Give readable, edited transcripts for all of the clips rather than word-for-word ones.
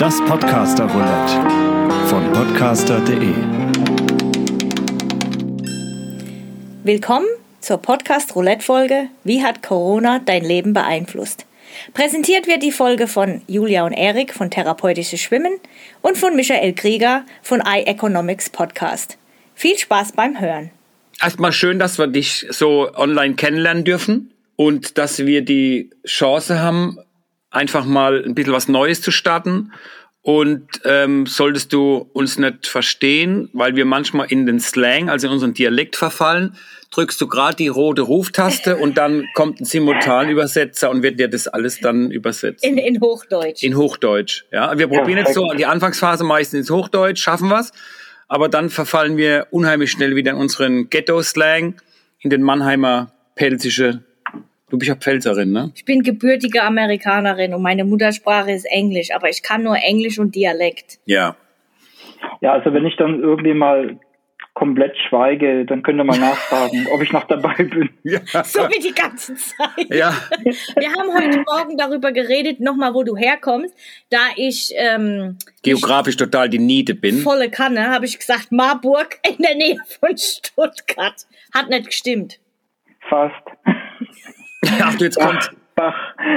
Das Podcaster-Roulette von podcaster.de. Willkommen zur Podcast-Roulette-Folge Wie hat Corona dein Leben beeinflusst? Präsentiert wird die Folge von Julia und Erik von Therapeutisches Schwimmen und von Michael Krieger von iEconomics Podcast. Viel Spaß beim Hören. Erstmal schön, dass wir dich so online kennenlernen dürfen und dass wir die Chance haben, einfach mal ein bisschen was Neues zu starten. Und solltest du uns nicht verstehen, weil wir manchmal in den Slang, also in unseren Dialekt verfallen, drückst du gerade die rote Ruftaste und dann kommt ein Simultanübersetzer und wird dir das alles dann übersetzt. In Hochdeutsch. In Hochdeutsch, ja. Wir probieren jetzt so die Anfangsphase meistens ins Hochdeutsch, schaffen wir's. Aber dann verfallen wir unheimlich schnell wieder in unseren Ghetto-Slang, in den Mannheimer pelzische. Du bist ja Pfälzerin, ne? Ich bin gebürtige Amerikanerin und meine Muttersprache ist Englisch, aber ich kann nur Englisch und Dialekt. Ja. Ja, also wenn ich dann irgendwie mal komplett schweige, dann könnt ihr mal nachfragen, ob ich noch dabei bin. Ja. So wie die ganze Zeit. Ja. Wir haben heute Morgen darüber geredet, nochmal, wo du herkommst. Da ich geografisch total die Niete bin. Volle Kanne, habe ich gesagt, Marburg in der Nähe von Stuttgart. Hat nicht gestimmt. Fast. Ach, du jetzt kommst. Bach.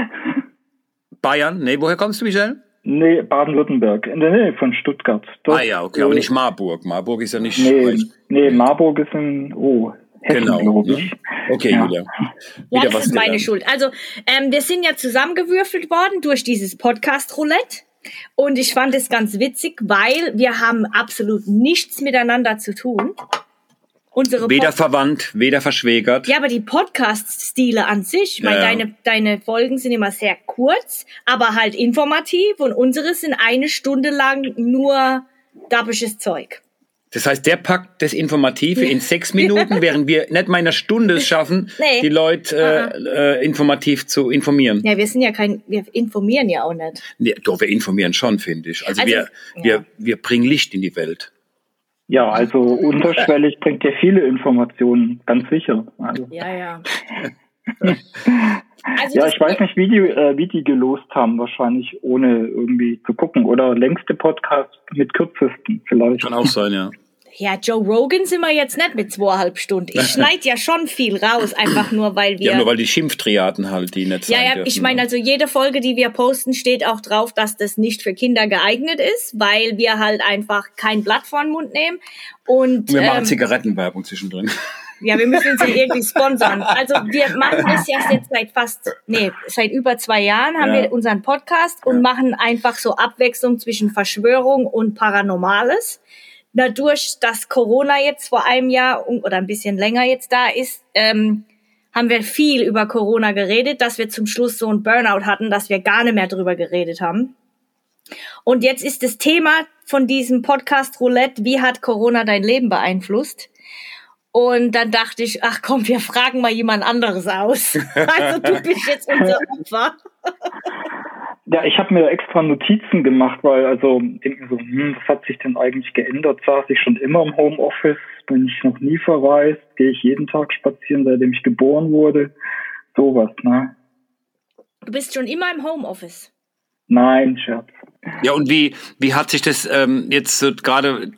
Bayern? Nee, woher kommst du, Michel? Nee, Baden-Württemberg, in der Nähe von Stuttgart. Dort, ja, okay, aber nicht Marburg. Marburg ist ja nicht... Nee, Marburg ist in Hessen, genau, glaube ich. Okay, ja. Julia. Ja, das ist meine Schuld. Also, wir sind ja zusammengewürfelt worden durch dieses Podcast-Roulette. Und ich fand es ganz witzig, weil wir haben absolut nichts miteinander zu tun. Weder verwandt, weder verschwägert. Ja, aber die Podcast-Stile an sich, ich meine, deine Folgen sind immer sehr kurz, aber halt informativ und unsere sind 1 Stunde lang nur dabisches Zeug. Das heißt, der packt das Informative in 6 Minuten, während wir nicht mal in einer Stunde es schaffen, die Leute informativ zu informieren. Ja, wir informieren ja auch nicht. Nee, doch, wir informieren schon, finde ich. Also wir bringen Licht in die Welt. Ja, also unterschwellig bringt ja viele Informationen, ganz sicher. Also. Ja. Also ich weiß nicht, wie die gelost haben, wahrscheinlich ohne irgendwie zu gucken. Oder längste Podcast mit kürzesten vielleicht. Kann auch sein, ja. Ja, Joe Rogan sind wir jetzt nicht mit 2,5 Stunden. Ich schneide ja schon viel raus, einfach nur, weil wir... Ja, nur weil die Schimpftriaden halt, die nicht sein dürfen. Ja, ich meine, also jede Folge, die wir posten, steht auch drauf, dass das nicht für Kinder geeignet ist, weil wir halt einfach kein Blatt vor den Mund nehmen. Und wir machen Zigarettenwerbung zwischendrin. Ja, wir müssen uns ja irgendwie sponsern. Also wir machen das ja jetzt seit über 2 Jahren haben wir unseren Podcast und machen einfach so Abwechslung zwischen Verschwörung und Paranormales. Dadurch, dass Corona jetzt vor einem Jahr oder ein bisschen länger jetzt da ist, haben wir viel über Corona geredet, dass wir zum Schluss so ein Burnout hatten, dass wir gar nicht mehr drüber geredet haben. Und jetzt ist das Thema von diesem Podcast Roulette, wie hat Corona dein Leben beeinflusst? Und dann dachte ich, ach komm, wir fragen mal jemand anderes aus. Also du bist jetzt unser Opfer. Ja, ich habe mir extra Notizen gemacht, weil denke mir so, was hat sich denn eigentlich geändert? Saß ich schon immer im Homeoffice, bin ich noch nie verreist, gehe ich jeden Tag spazieren, seitdem ich geboren wurde, sowas, ne? Du bist schon immer im Homeoffice? Nein, Scherz. Ja, und wie hat sich das jetzt so gerade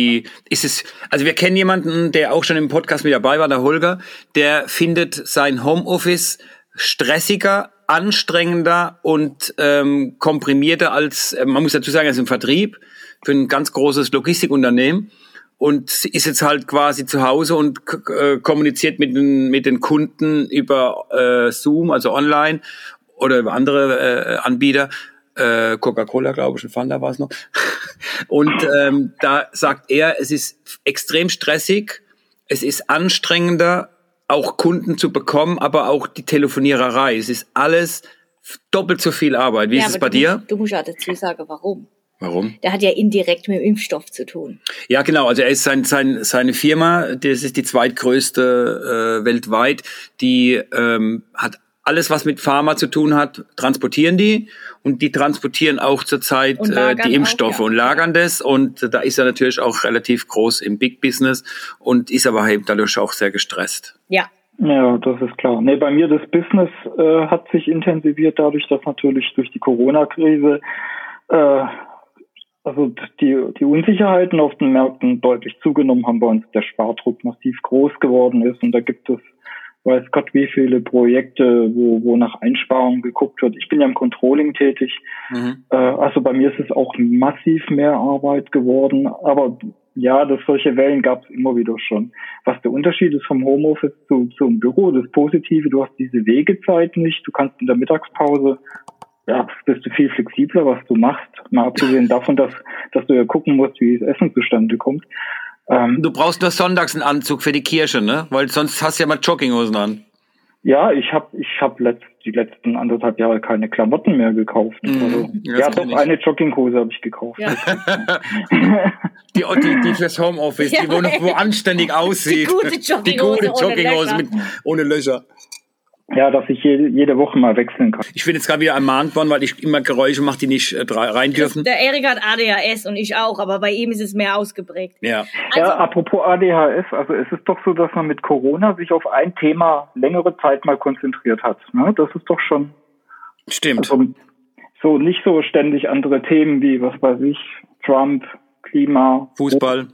also wir kennen jemanden, der auch schon im Podcast mit dabei war, der Holger, der findet sein Homeoffice stressiger, anstrengender und komprimierter als, man muss dazu sagen, er ist im Vertrieb für ein ganz großes Logistikunternehmen und ist jetzt halt quasi zu Hause und kommuniziert mit den Kunden über Zoom, also online oder über andere Anbieter. Coca-Cola, glaube ich, und Fanta war es noch. Und da sagt er, es ist extrem stressig, es ist anstrengender, auch Kunden zu bekommen, aber auch die Telefoniererei. Es ist alles doppelt so viel Arbeit. Wie ist es bei dir? Du musst ja dazu sagen, warum. Warum? Der hat ja indirekt mit dem Impfstoff zu tun. Ja, genau. Also er ist seine Firma, das ist die zweitgrößte weltweit, die hat alles, was mit Pharma zu tun hat, transportieren die. Und die transportieren auch zurzeit die Impfstoffe und lagern das. Und da ist er natürlich auch relativ groß im Big Business und ist aber eben dadurch auch sehr gestresst. Ja. Ja, das ist klar. Nee, bei mir das Business hat sich intensiviert dadurch, dass natürlich durch die Corona-Krise Also die Unsicherheiten auf den Märkten deutlich zugenommen haben bei uns, der Spardruck massiv groß geworden ist und da gibt es, weiß Gott wie viele Projekte, wo nach Einsparungen geguckt wird. Ich bin ja im Controlling tätig, also bei mir ist es auch massiv mehr Arbeit geworden, aber ja, solche Wellen gab es immer wieder schon. Was der Unterschied ist vom Homeoffice zum Büro, das Positive, du hast diese Wegezeit nicht, du kannst in der Mittagspause, ja, bist du viel flexibler, was du machst, mal abgesehen davon, dass du ja gucken musst, wie das Essen zustande kommt. Du brauchst nur sonntags einen Anzug für die Kirche, ne? Weil sonst hast du ja mal Jogginghosen an. Ja, ich hab die letzten 1,5 Jahre keine Klamotten mehr gekauft. Also, ja, doch, eine Jogginghose habe ich gekauft. Ja. die fürs Homeoffice, die wo anständig aussieht. Die gute Jogginghose ohne Löcher. Ja, dass ich jede Woche mal wechseln kann. Ich bin jetzt gerade wieder ermahnt worden, weil ich immer Geräusche mache, die nicht rein dürfen. Der Erik hat ADHS und ich auch, aber bei ihm ist es mehr ausgeprägt. Ja. Also, ja, apropos ADHS, also es ist doch so, dass man mit Corona sich auf ein Thema längere Zeit mal konzentriert hat. Ne? Das ist doch schon... Stimmt. Also, so nicht so ständig andere Themen wie, was weiß ich, Trump, Klima... Fußball,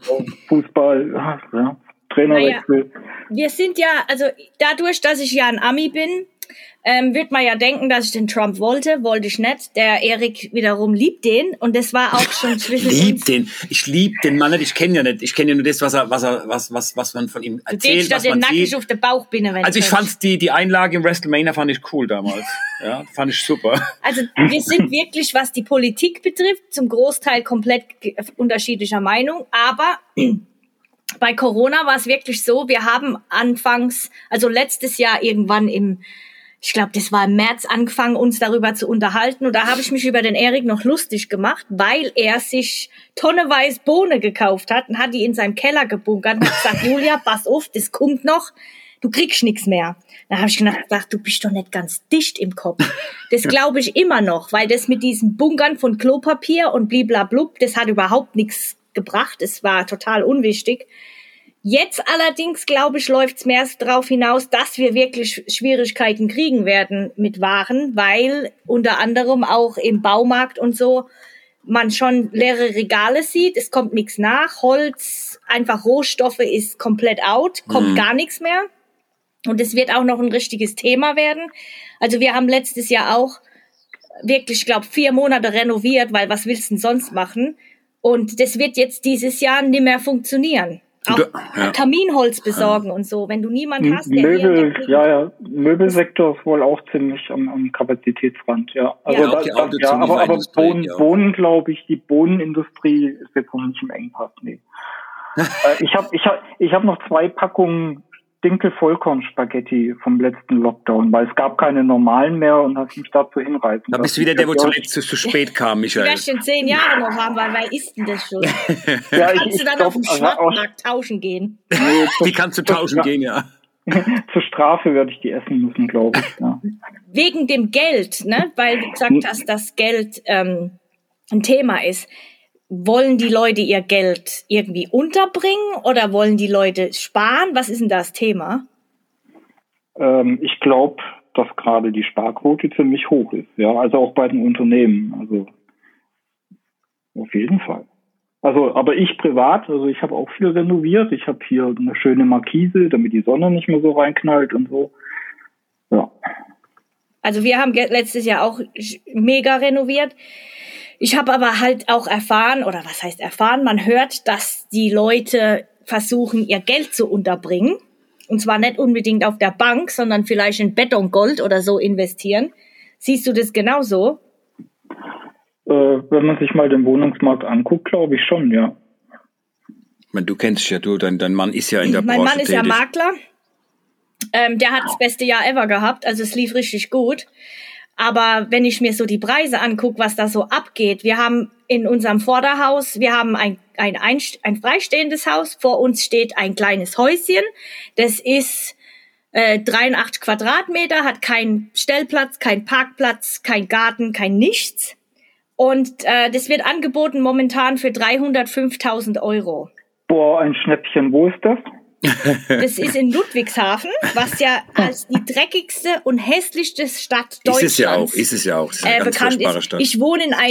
ja. Trainerwechsel. Naja, wir sind ja, also dadurch, dass ich ja ein Ami bin, wird man ja denken, dass ich den Trump wollte ich nicht. Der Erik wiederum liebt den und das war auch schon zwischen uns. Ich liebe den Mann nicht, ich kenne ja nur das, was man von ihm erzählt, was man sieht. Auf den Bauch bin, wenn also ich fand die Einlage im WrestleMania fand ich cool damals. Ja, fand ich super. Also wir sind wirklich, was die Politik betrifft, zum Großteil komplett unterschiedlicher Meinung, aber bei Corona war es wirklich so, wir haben anfangs, also letztes Jahr irgendwann ich glaube, das war im März, angefangen, uns darüber zu unterhalten. Und da habe ich mich über den Erik noch lustig gemacht, weil er sich tonnenweise Bohnen gekauft hat und hat die in seinem Keller gebunkert und hat gesagt, Julia, pass auf, das kommt noch, du kriegst nichts mehr. Da habe ich gedacht, du bist doch nicht ganz dicht im Kopf. Das glaube ich immer noch, weil das mit diesen Bunkern von Klopapier und bliblablub, das hat überhaupt nichts gebracht. Es war total unwichtig. Jetzt allerdings, glaube ich, läuft es mehr darauf hinaus, dass wir wirklich Schwierigkeiten kriegen werden mit Waren, weil unter anderem auch im Baumarkt und so man schon leere Regale sieht. Es kommt nichts nach. Holz, einfach Rohstoffe ist komplett out, kommt gar nichts mehr. Und es wird auch noch ein richtiges Thema werden. Also wir haben letztes Jahr auch wirklich, ich glaube, 4 Monate renoviert, weil was willst du denn sonst machen? Und das wird jetzt dieses Jahr nicht mehr funktionieren. Auch Kaminholz besorgen und so, wenn du niemanden hast, der Möbelsektor ist wohl auch ziemlich am Kapazitätsrand, ja. Also aber Bohnen, glaube ich, die Bohnenindustrie ist jetzt noch nicht im Engpass, nee. Ich hab noch 2 Packungen Dinkel-Vollkorn-Spaghetti vom letzten Lockdown, weil es gab keine normalen mehr und hast mich dazu hinreißen. Da bist du wieder der, wo zuletzt zu spät kam, Michael. Du wirst in 10 Jahre noch haben, weil wer isst denn das schon? Kannst du dann auf den Schwarzmarkt tauschen gehen? Nee, die kannst du tauschen gehen, ja. Zur Strafe werde ich die essen müssen, glaube ich. Ja. Wegen dem Geld, ne? Weil du gesagt hast, dass Geld ein Thema ist. Wollen die Leute ihr Geld irgendwie unterbringen oder wollen die Leute sparen? Was ist denn das Thema? Ich glaube, dass gerade die Sparquote ziemlich hoch ist. Ja, also auch bei den Unternehmen. Also auf jeden Fall. Also, aber ich privat, also ich habe auch viel renoviert. Ich habe hier eine schöne Markise, damit die Sonne nicht mehr so reinknallt und so. Ja. Also wir haben letztes Jahr auch mega renoviert. Ich habe aber halt auch erfahren, oder was heißt erfahren, man hört, dass die Leute versuchen, ihr Geld zu unterbringen. Und zwar nicht unbedingt auf der Bank, sondern vielleicht in Betongold oder so investieren. Siehst du das genauso? Wenn man sich mal den Wohnungsmarkt anguckt, glaube ich schon, ja. Ich meine, du kennst ja, dein Mann ist ja in der Branche Mein Mann ist tätig. ja Makler. Der hat das beste Jahr ever gehabt, also es lief richtig gut. Aber wenn ich mir so die Preise angucke, was da so abgeht, wir haben in unserem Vorderhaus, wir haben ein freistehendes Haus, vor uns steht ein kleines Häuschen, das ist 83 Quadratmeter, hat keinen Stellplatz, keinen Parkplatz, kein Garten, kein nichts. Und das wird angeboten momentan für 305.000 €. Boah, ein Schnäppchen, wo ist das? Das ist in Ludwigshafen, was ja als die dreckigste und hässlichste Stadt Deutschlands ist es ja auch. Das ist eine ganz bekannt furchtbare ist. Stadt. Ich wohne in einem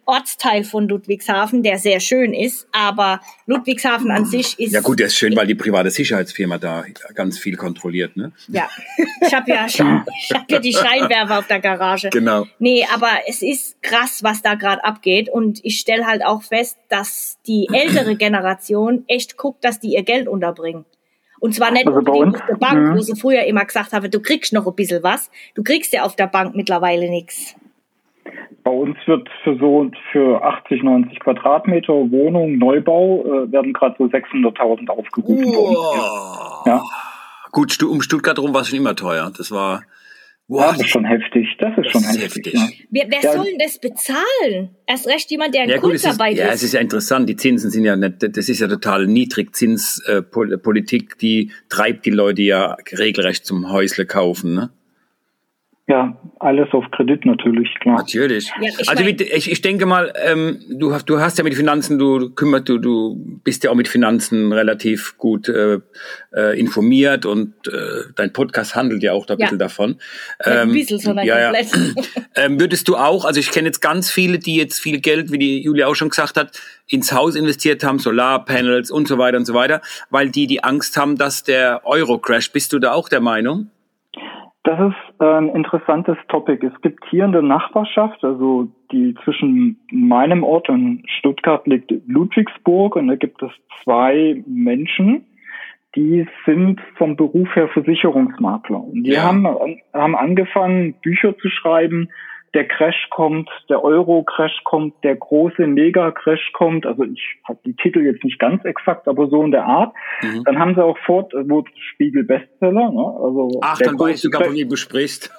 Ortsteil von Ludwigshafen, der sehr schön ist, aber Ludwigshafen an sich ist... Ja gut, der ist schön, weil die private Sicherheitsfirma da ganz viel kontrolliert, ne? Ja, ich hab ja die Scheinwerfer auf der Garage. Genau. Nee, aber es ist krass, was da gerade abgeht und ich stelle halt auch fest, dass die ältere Generation echt guckt, dass die ihr Geld unterbringen. Und zwar nicht unbedingt auf der Bank, wo sie früher immer gesagt haben, du kriegst noch ein bisschen was. Du kriegst ja auf der Bank mittlerweile nichts. Bei uns wird für 80, 90 Quadratmeter Wohnung, Neubau, werden gerade so 600.000 aufgerufen. Wow. Ja. Gut, um Stuttgart rum war es schon immer teuer. Das war... Wow, ja, das ist schon heftig. Das ist schon heftig. Ja. Wer soll denn das bezahlen? Erst recht jemand, der in Kurzarbeit ist. Ja, es ist ja interessant. Die Zinsen sind ja nicht, das ist ja total Niedrigzinspolitik, die treibt die Leute ja regelrecht zum Häusle kaufen, ne? Ja, alles auf Kredit natürlich, klar. Natürlich. Ja, ich denke mal, du hast ja mit Finanzen, du bist ja auch mit Finanzen relativ gut informiert und dein Podcast handelt ja auch da ein bisschen davon. Nicht ein bisschen, sondern komplett. Würdest du auch, also ich kenne jetzt ganz viele, die jetzt viel Geld, wie die Julia auch schon gesagt hat, ins Haus investiert haben, Solarpanels und so weiter, weil die Angst haben, dass der Euro crasht. Bist du da auch der Meinung? Das ist ein interessantes Topic. Es gibt hier in der Nachbarschaft, also die zwischen meinem Ort und Stuttgart liegt Ludwigsburg, und da gibt es 2 Menschen, die sind vom Beruf her Versicherungsmakler. Und die haben angefangen, Bücher zu schreiben. Der Crash kommt, der Euro-Crash kommt, der große Mega-Crash kommt. Also ich habe die Titel jetzt nicht ganz exakt, aber so in der Art. Mhm. Dann haben sie auch Spiegel-Bestseller. Ne? Also ach, dann weißt du gar, von wem du sprichst.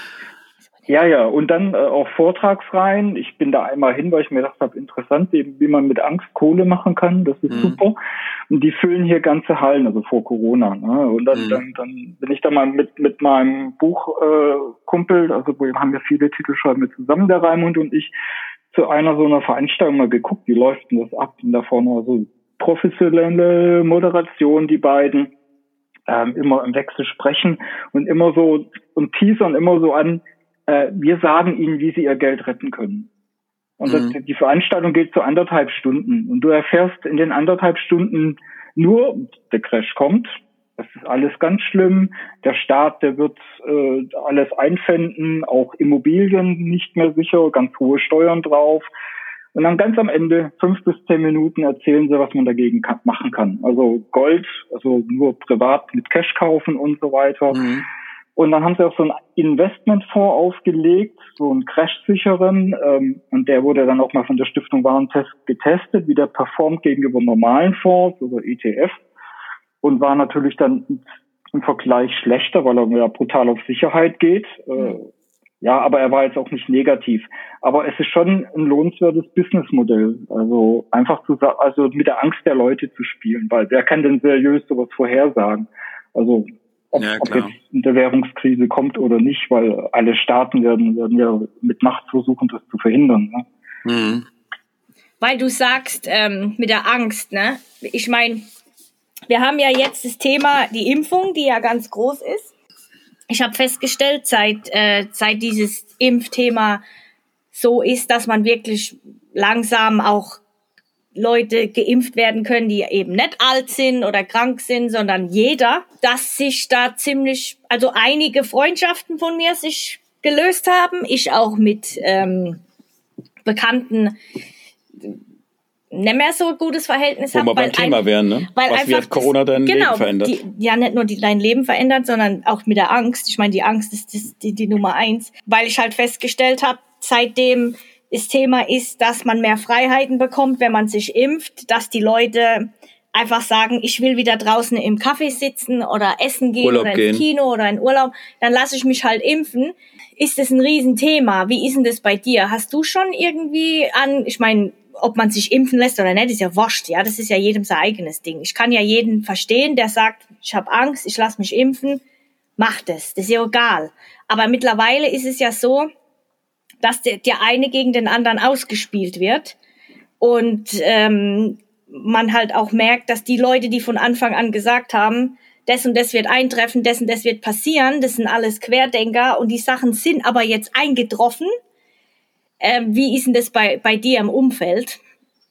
Ja, und dann auch Vortragsreihen. Ich bin da einmal hin, weil ich mir gedacht habe, interessant, wie man mit Angst Kohle machen kann. Das ist super. Und die füllen hier ganze Hallen, also vor Corona. Ne? Und dann bin ich da mal mit meinem Buchkumpel, also wir haben ja viele Titel, schreiben wir zusammen, der Raimund und ich, zu einer so einer Veranstaltung mal geguckt, wie läuft denn das ab? Und da vorne also professionelle Moderation, die beiden immer im Wechsel sprechen und immer so und teasern immer so an, wir sagen ihnen, wie sie ihr Geld retten können. Und die Veranstaltung geht so 1,5 Stunden. Und du erfährst in den 1,5 Stunden nur, der Crash kommt, das ist alles ganz schlimm, der Staat, der wird alles einpfänden, auch Immobilien nicht mehr sicher, ganz hohe Steuern drauf. Und dann ganz am Ende, 5 bis 10 Minuten, erzählen sie, was man dagegen machen kann. Also Gold, also nur privat mit Cash kaufen und so weiter. Mhm. Und dann haben sie auch so einen Investmentfonds aufgelegt, so einen Crash-sicheren, und der wurde dann auch mal von der Stiftung Warentest getestet, wie der performt gegenüber normalen Fonds oder ETF, und war natürlich dann im Vergleich schlechter, weil er ja brutal auf Sicherheit geht. Ja, aber er war jetzt auch nicht negativ. Aber es ist schon ein lohnenswertes Businessmodell, also einfach also mit der Angst der Leute zu spielen, weil wer kann denn seriös sowas vorhersagen? Also ob jetzt eine Währungskrise kommt oder nicht, weil alle Staaten werden ja mit Macht versuchen, das zu verhindern. Ne? Mhm. Weil du sagst, mit der Angst, ne? Ich meine, wir haben ja jetzt das Thema die Impfung, die ja ganz groß ist. Ich habe festgestellt, seit dieses Impfthema so ist, dass man wirklich langsam auch Leute geimpft werden können, die eben nicht alt sind oder krank sind, sondern jeder, dass sich da also einige Freundschaften von mir sich gelöst haben. Ich auch mit Bekannten nicht mehr so ein gutes Verhältnis habe. Wo wir beim Thema wären, ne? Was wird Corona dein Leben verändert? Nicht nur dein Leben verändert, sondern auch mit der Angst. Ich meine, die Angst ist die Nummer 1, weil ich halt festgestellt habe, seitdem das Thema ist, dass man mehr Freiheiten bekommt, wenn man sich impft, dass die Leute einfach sagen, ich will wieder draußen im Café sitzen oder essen gehen oder ins Kino oder in Urlaub, dann lasse ich mich halt impfen. Ist das ein Riesenthema? Wie ist denn das bei dir? Hast du schon irgendwie ich meine, ob man sich impfen lässt oder nicht, ist ja wurscht, ja, das ist ja jedem sein eigenes Ding. Ich kann ja jeden verstehen, der sagt, ich habe Angst, ich lasse mich impfen, mach das ist ja egal. Aber mittlerweile ist es ja so, dass der eine gegen den anderen ausgespielt wird und man halt auch merkt, dass die Leute, die von Anfang an gesagt haben, das und das wird eintreffen, das und das wird passieren, das sind alles Querdenker und die Sachen sind aber jetzt eingetroffen, Wie ist denn das bei dir im Umfeld?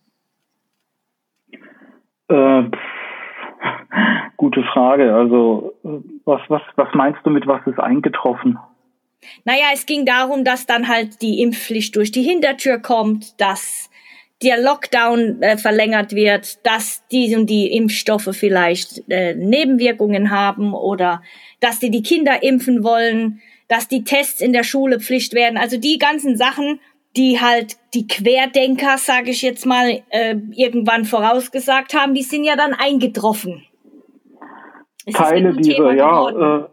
Gute Frage. Also was meinst du mit was ist eingetroffen? Naja, es ging darum, dass dann halt die Impfpflicht durch die Hintertür kommt, dass der Lockdown verlängert wird, dass die und die Impfstoffe vielleicht Nebenwirkungen haben oder dass die Kinder impfen wollen, dass die Tests in der Schule Pflicht werden. Also die ganzen Sachen, die halt die Querdenker, sage ich jetzt mal, irgendwann vorausgesagt haben, die sind ja dann eingetroffen. Teile dieser,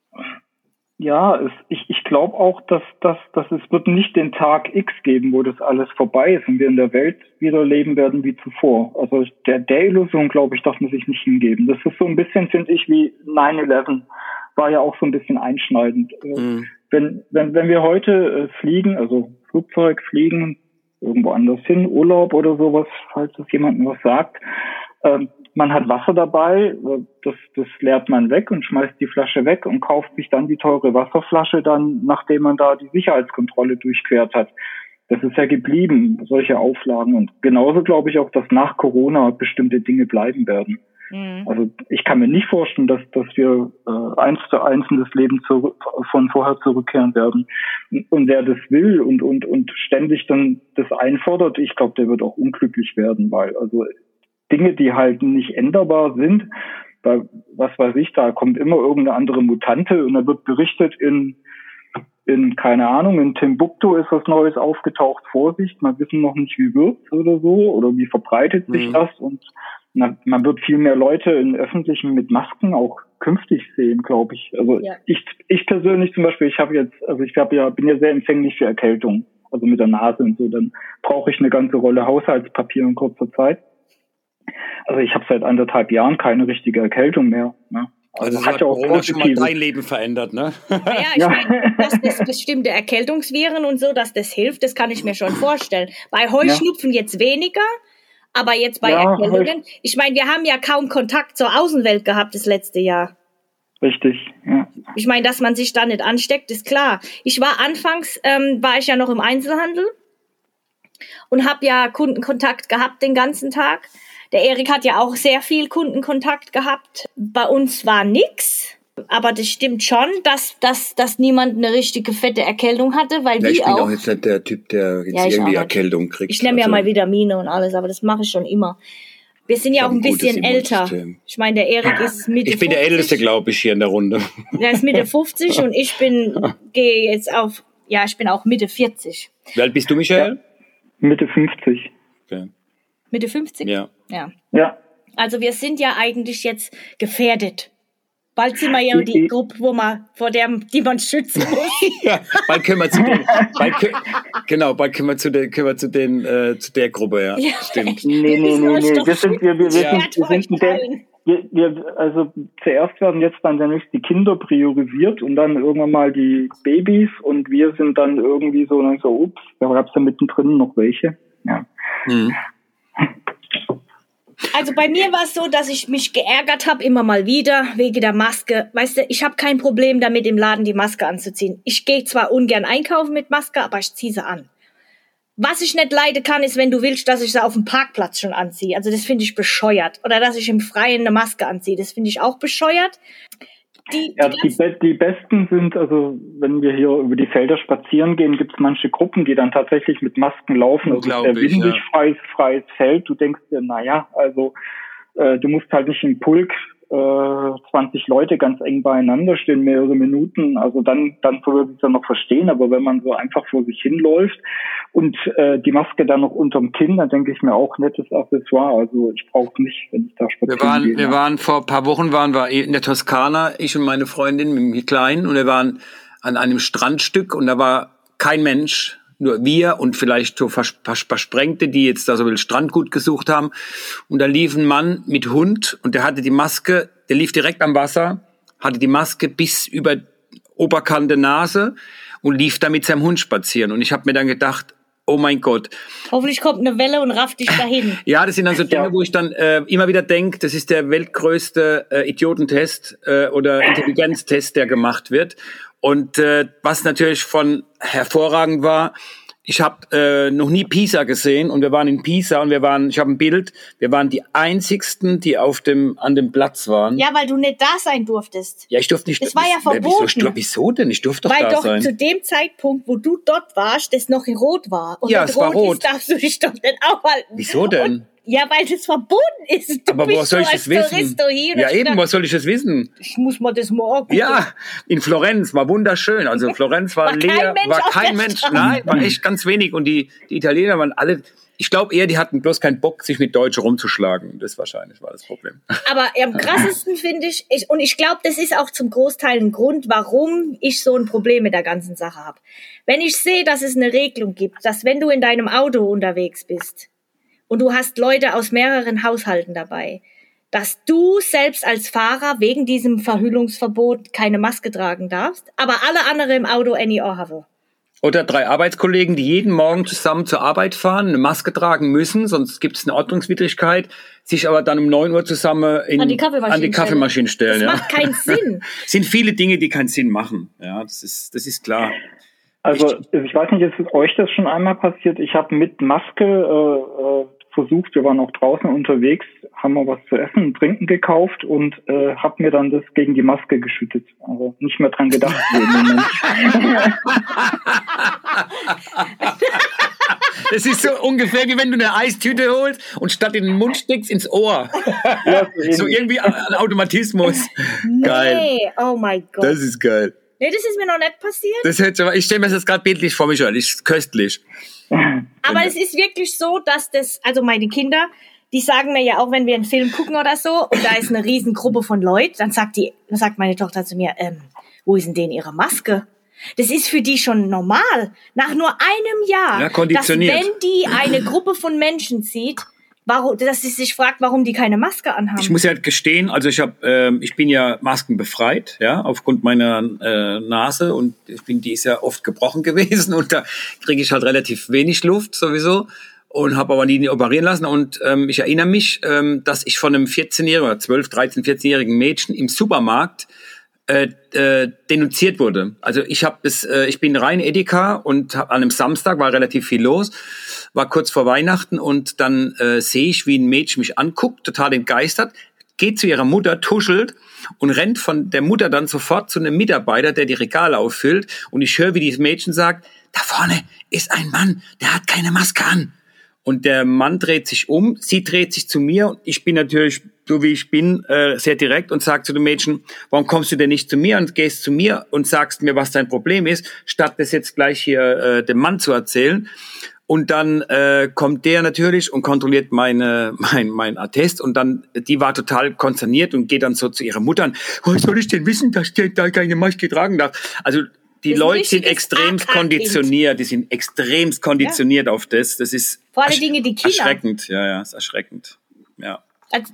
ich glaube auch, dass es wird nicht den Tag X geben, wo das alles vorbei ist und wir in der Welt wieder leben werden wie zuvor. Also der Illusion, glaube ich, darf man sich nicht hingeben. Das ist so ein bisschen, finde ich, wie 9/11. War ja auch so ein bisschen einschneidend. Wenn wir heute fliegen, also Flugzeug fliegen, irgendwo anders hin, Urlaub oder sowas, falls das jemandem was sagt, man hat Wasser dabei, das leert man weg und schmeißt die Flasche weg und kauft sich dann die teure Wasserflasche dann, nachdem man da die Sicherheitskontrolle durchquert hat. Das ist ja geblieben, solche Auflagen. Und genauso glaube ich auch, dass nach Corona bestimmte Dinge bleiben werden. Mhm. Also ich kann mir nicht vorstellen, dass wir 1:1 in das Leben von vorher zurückkehren werden. Und wer das will und ständig dann das einfordert, ich glaube, der wird auch unglücklich werden, weil also Dinge, die halt nicht änderbar sind, weil, was weiß ich, da kommt immer irgendeine andere Mutante und da wird berichtet in keine Ahnung, in Timbuktu ist was Neues aufgetaucht, Vorsicht, man wissen noch nicht, wie wird's oder so, oder wie verbreitet sich das und man wird viel mehr Leute in Öffentlichen mit Masken auch künftig sehen, glaube ich. Also ja. Ich persönlich zum Beispiel, bin ja sehr empfänglich für Erkältung, also mit der Nase und so, dann brauche ich eine ganze Rolle Haushaltspapier in kurzer Zeit. Also ich habe seit 1,5 Jahren keine richtige Erkältung mehr. Ne? Also das hat ja auch schon mal dein Leben verändert, ne? Ja, meine, dass das bestimmte Erkältungsviren und so, dass das hilft, das kann ich mir schon vorstellen. Bei Heuschnupfen jetzt weniger, aber jetzt bei Erkältungen. Ich meine, wir haben ja kaum Kontakt zur Außenwelt gehabt das letzte Jahr. Richtig, ja. Ich meine, dass man sich da nicht ansteckt, ist klar. Anfangs war ich ja noch im Einzelhandel und habe ja Kundenkontakt gehabt den ganzen Tag. Der Erik hat ja auch sehr viel Kundenkontakt gehabt. Bei uns war nix. Aber das stimmt schon, dass niemand eine richtige fette Erkältung hatte, weil ich bin auch jetzt nicht der Typ, der jetzt irgendwie Erkältung kriegt. Ich nehme ja mal Vitamine und alles, aber das mache ich schon immer. Wir sind ja auch ein bisschen älter. Ich meine, der Erik ist Mitte 50. Ich bin der Älteste, glaube ich, hier in der Runde. Der ist Mitte 50 und ich bin auch Mitte 40. Wie alt bist du, Michael? Ja, Mitte 50. Okay. Mitte 50? Ja. Also wir sind ja eigentlich jetzt gefährdet. Bald sind wir ja die Gruppe, die man schützen muss. Ja, bald können wir zu der Gruppe, ja. Stimmt. Nee. Also zuerst werden jetzt dann die Kinder priorisiert und dann irgendwann mal die Babys und wir sind dann irgendwie so, ups, da gab es ja mittendrin noch welche. Ja. Mhm. Also bei mir war es so, dass ich mich geärgert habe, immer mal wieder, wegen der Maske. Weißt du, ich habe kein Problem damit, im Laden die Maske anzuziehen. Ich gehe zwar ungern einkaufen mit Maske, aber ich ziehe sie an. Was ich nicht leiden kann, ist, wenn du willst, dass ich sie auf dem Parkplatz schon anziehe. Also das finde ich bescheuert. Oder dass ich im Freien eine Maske anziehe. Das finde ich auch bescheuert. Die besten sind, also wenn wir hier über die Felder spazieren gehen, gibt es manche Gruppen, die dann tatsächlich mit Masken laufen. Also sehr windig, freies Feld. Du denkst dir, du musst halt nicht im Pulk 20 Leute ganz eng beieinander stehen, mehrere Minuten. Also dann würde ich es dann noch verstehen. Aber wenn man so einfach vor sich hinläuft und die Maske dann noch unterm Kinn, dann denke ich mir auch, nettes Accessoire. Also ich brauche es nicht, wenn ich da spazieren gehe. Wir waren vor ein paar Wochen in der Toskana, ich und meine Freundin mit dem Kleinen, und wir waren an einem Strandstück und da war kein Mensch, nur wir und vielleicht so Versprengte, die jetzt da so ein Strandgut gesucht haben. Und da lief ein Mann mit Hund und der hatte die Maske, der lief direkt am Wasser, hatte die Maske bis über Oberkante Nase und lief da mit seinem Hund spazieren. Und ich habe mir dann gedacht, oh mein Gott. Hoffentlich kommt eine Welle und rafft dich dahin. Ja, das sind dann so Dinge, wo ich dann immer wieder denke, das ist der weltgrößte Idiotentest oder Intelligenztest, der gemacht wird. Und was natürlich von hervorragend war, Ich habe noch nie Pisa gesehen und wir waren in Pisa und ich habe ein Bild, wir waren die einzigsten, die an dem Platz waren. Ja, weil du nicht da sein durftest. Ja, ich durfte nicht. Das war ja verboten. Wieso denn? Ich durfte doch weil da sein. Weil doch zu dem Zeitpunkt, wo du dort warst, das noch in Rot war. Und ja, es war rot. Ist, darfst du dich doch nicht aufhalten. Wieso denn? Und, ja, weil das verboten ist. Aber woher soll ich das wissen? Ja, eben, was soll ich das wissen? Ich muss mal das morgen. Ja, in Florenz war wunderschön. Also Florenz war leer, war kein Mensch. Nein, war echt ganz wenig. Und die Italiener waren alle, ich glaube eher, die hatten bloß keinen Bock, sich mit Deutschen rumzuschlagen. Das wahrscheinlich war das Problem. Aber am krassesten finde ich, und ich glaube, das ist auch zum Großteil ein Grund, warum ich so ein Problem mit der ganzen Sache habe. Wenn ich sehe, dass es eine Regelung gibt, dass wenn du in deinem Auto unterwegs bist, und du hast Leute aus mehreren Haushalten dabei, dass du selbst als Fahrer wegen diesem Verhüllungsverbot keine Maske tragen darfst, aber alle anderen im Auto any haben. Oder 3 Arbeitskollegen, die jeden Morgen zusammen zur Arbeit fahren, eine Maske tragen müssen, sonst gibt es eine Ordnungswidrigkeit, sich aber dann um 9 Uhr zusammen an die Kaffeemaschine stellen. Das macht keinen Sinn. Sind viele Dinge, die keinen Sinn machen. Ja, das ist klar. Also ich weiß nicht, ist euch das schon einmal passiert? Ich habe mit Maske versucht, wir waren auch draußen unterwegs, haben wir was zu essen und trinken gekauft und habe mir dann das gegen die Maske geschüttet. Also nicht mehr dran gedacht. Das ist so ungefähr, wie wenn du eine Eistüte holst und statt in den Mund steckst, ins Ohr. Ja, so irgendwie ein Automatismus. Nee, geil. Oh mein Gott. Das ist geil. Nee, das ist mir noch nicht passiert. Ich stelle mir das jetzt gerade bildlich vor mich an. Das ist köstlich. Aber es ist wirklich so, dass also meine Kinder, die sagen mir ja auch, wenn wir einen Film gucken oder so, und da ist eine Riesengruppe von Leuten, dann sagt meine Tochter zu mir, wo ist denn ihre Maske? Das ist für die schon normal. Nach nur einem Jahr, ja, konditioniert. Dass wenn die eine Gruppe von Menschen sieht, dass sie sich fragt, warum die keine Maske anhaben. Ich muss ja gestehen, also ich bin ja maskenbefreit, ja, aufgrund meiner Nase und die ist ja oft gebrochen gewesen und da kriege ich halt relativ wenig Luft sowieso und habe aber nie operieren lassen und ich erinnere mich, dass ich von einem 14-jährigen oder 12, 13, 14-jährigen Mädchen im Supermarkt denunziert wurde. Also ich bin rein Edeka und an einem Samstag war relativ viel los, war kurz vor Weihnachten und dann sehe ich, wie ein Mädchen mich anguckt, total entgeistert, geht zu ihrer Mutter, tuschelt und rennt von der Mutter dann sofort zu einem Mitarbeiter, der die Regale auffüllt und ich höre, wie dieses Mädchen sagt, da vorne ist ein Mann, der hat keine Maske an. Und der Mann dreht sich um, sie dreht sich zu mir und ich bin natürlich, so wie ich bin, sehr direkt und sage zu dem Mädchen, warum kommst du denn nicht zu mir und gehst zu mir und sagst mir, was dein Problem ist, statt das jetzt gleich hier dem Mann zu erzählen. Und dann kommt der natürlich und kontrolliert mein Attest und dann, die war total konsterniert und geht dann so zu ihrer Mutter und, woher soll ich denn wissen, dass der da keine Maske tragen darf? Also die Leute sind extremst konditioniert, auf das. Das ist vor allen Dingen die Kinder. Erschreckend, ja, ist erschreckend. Ja.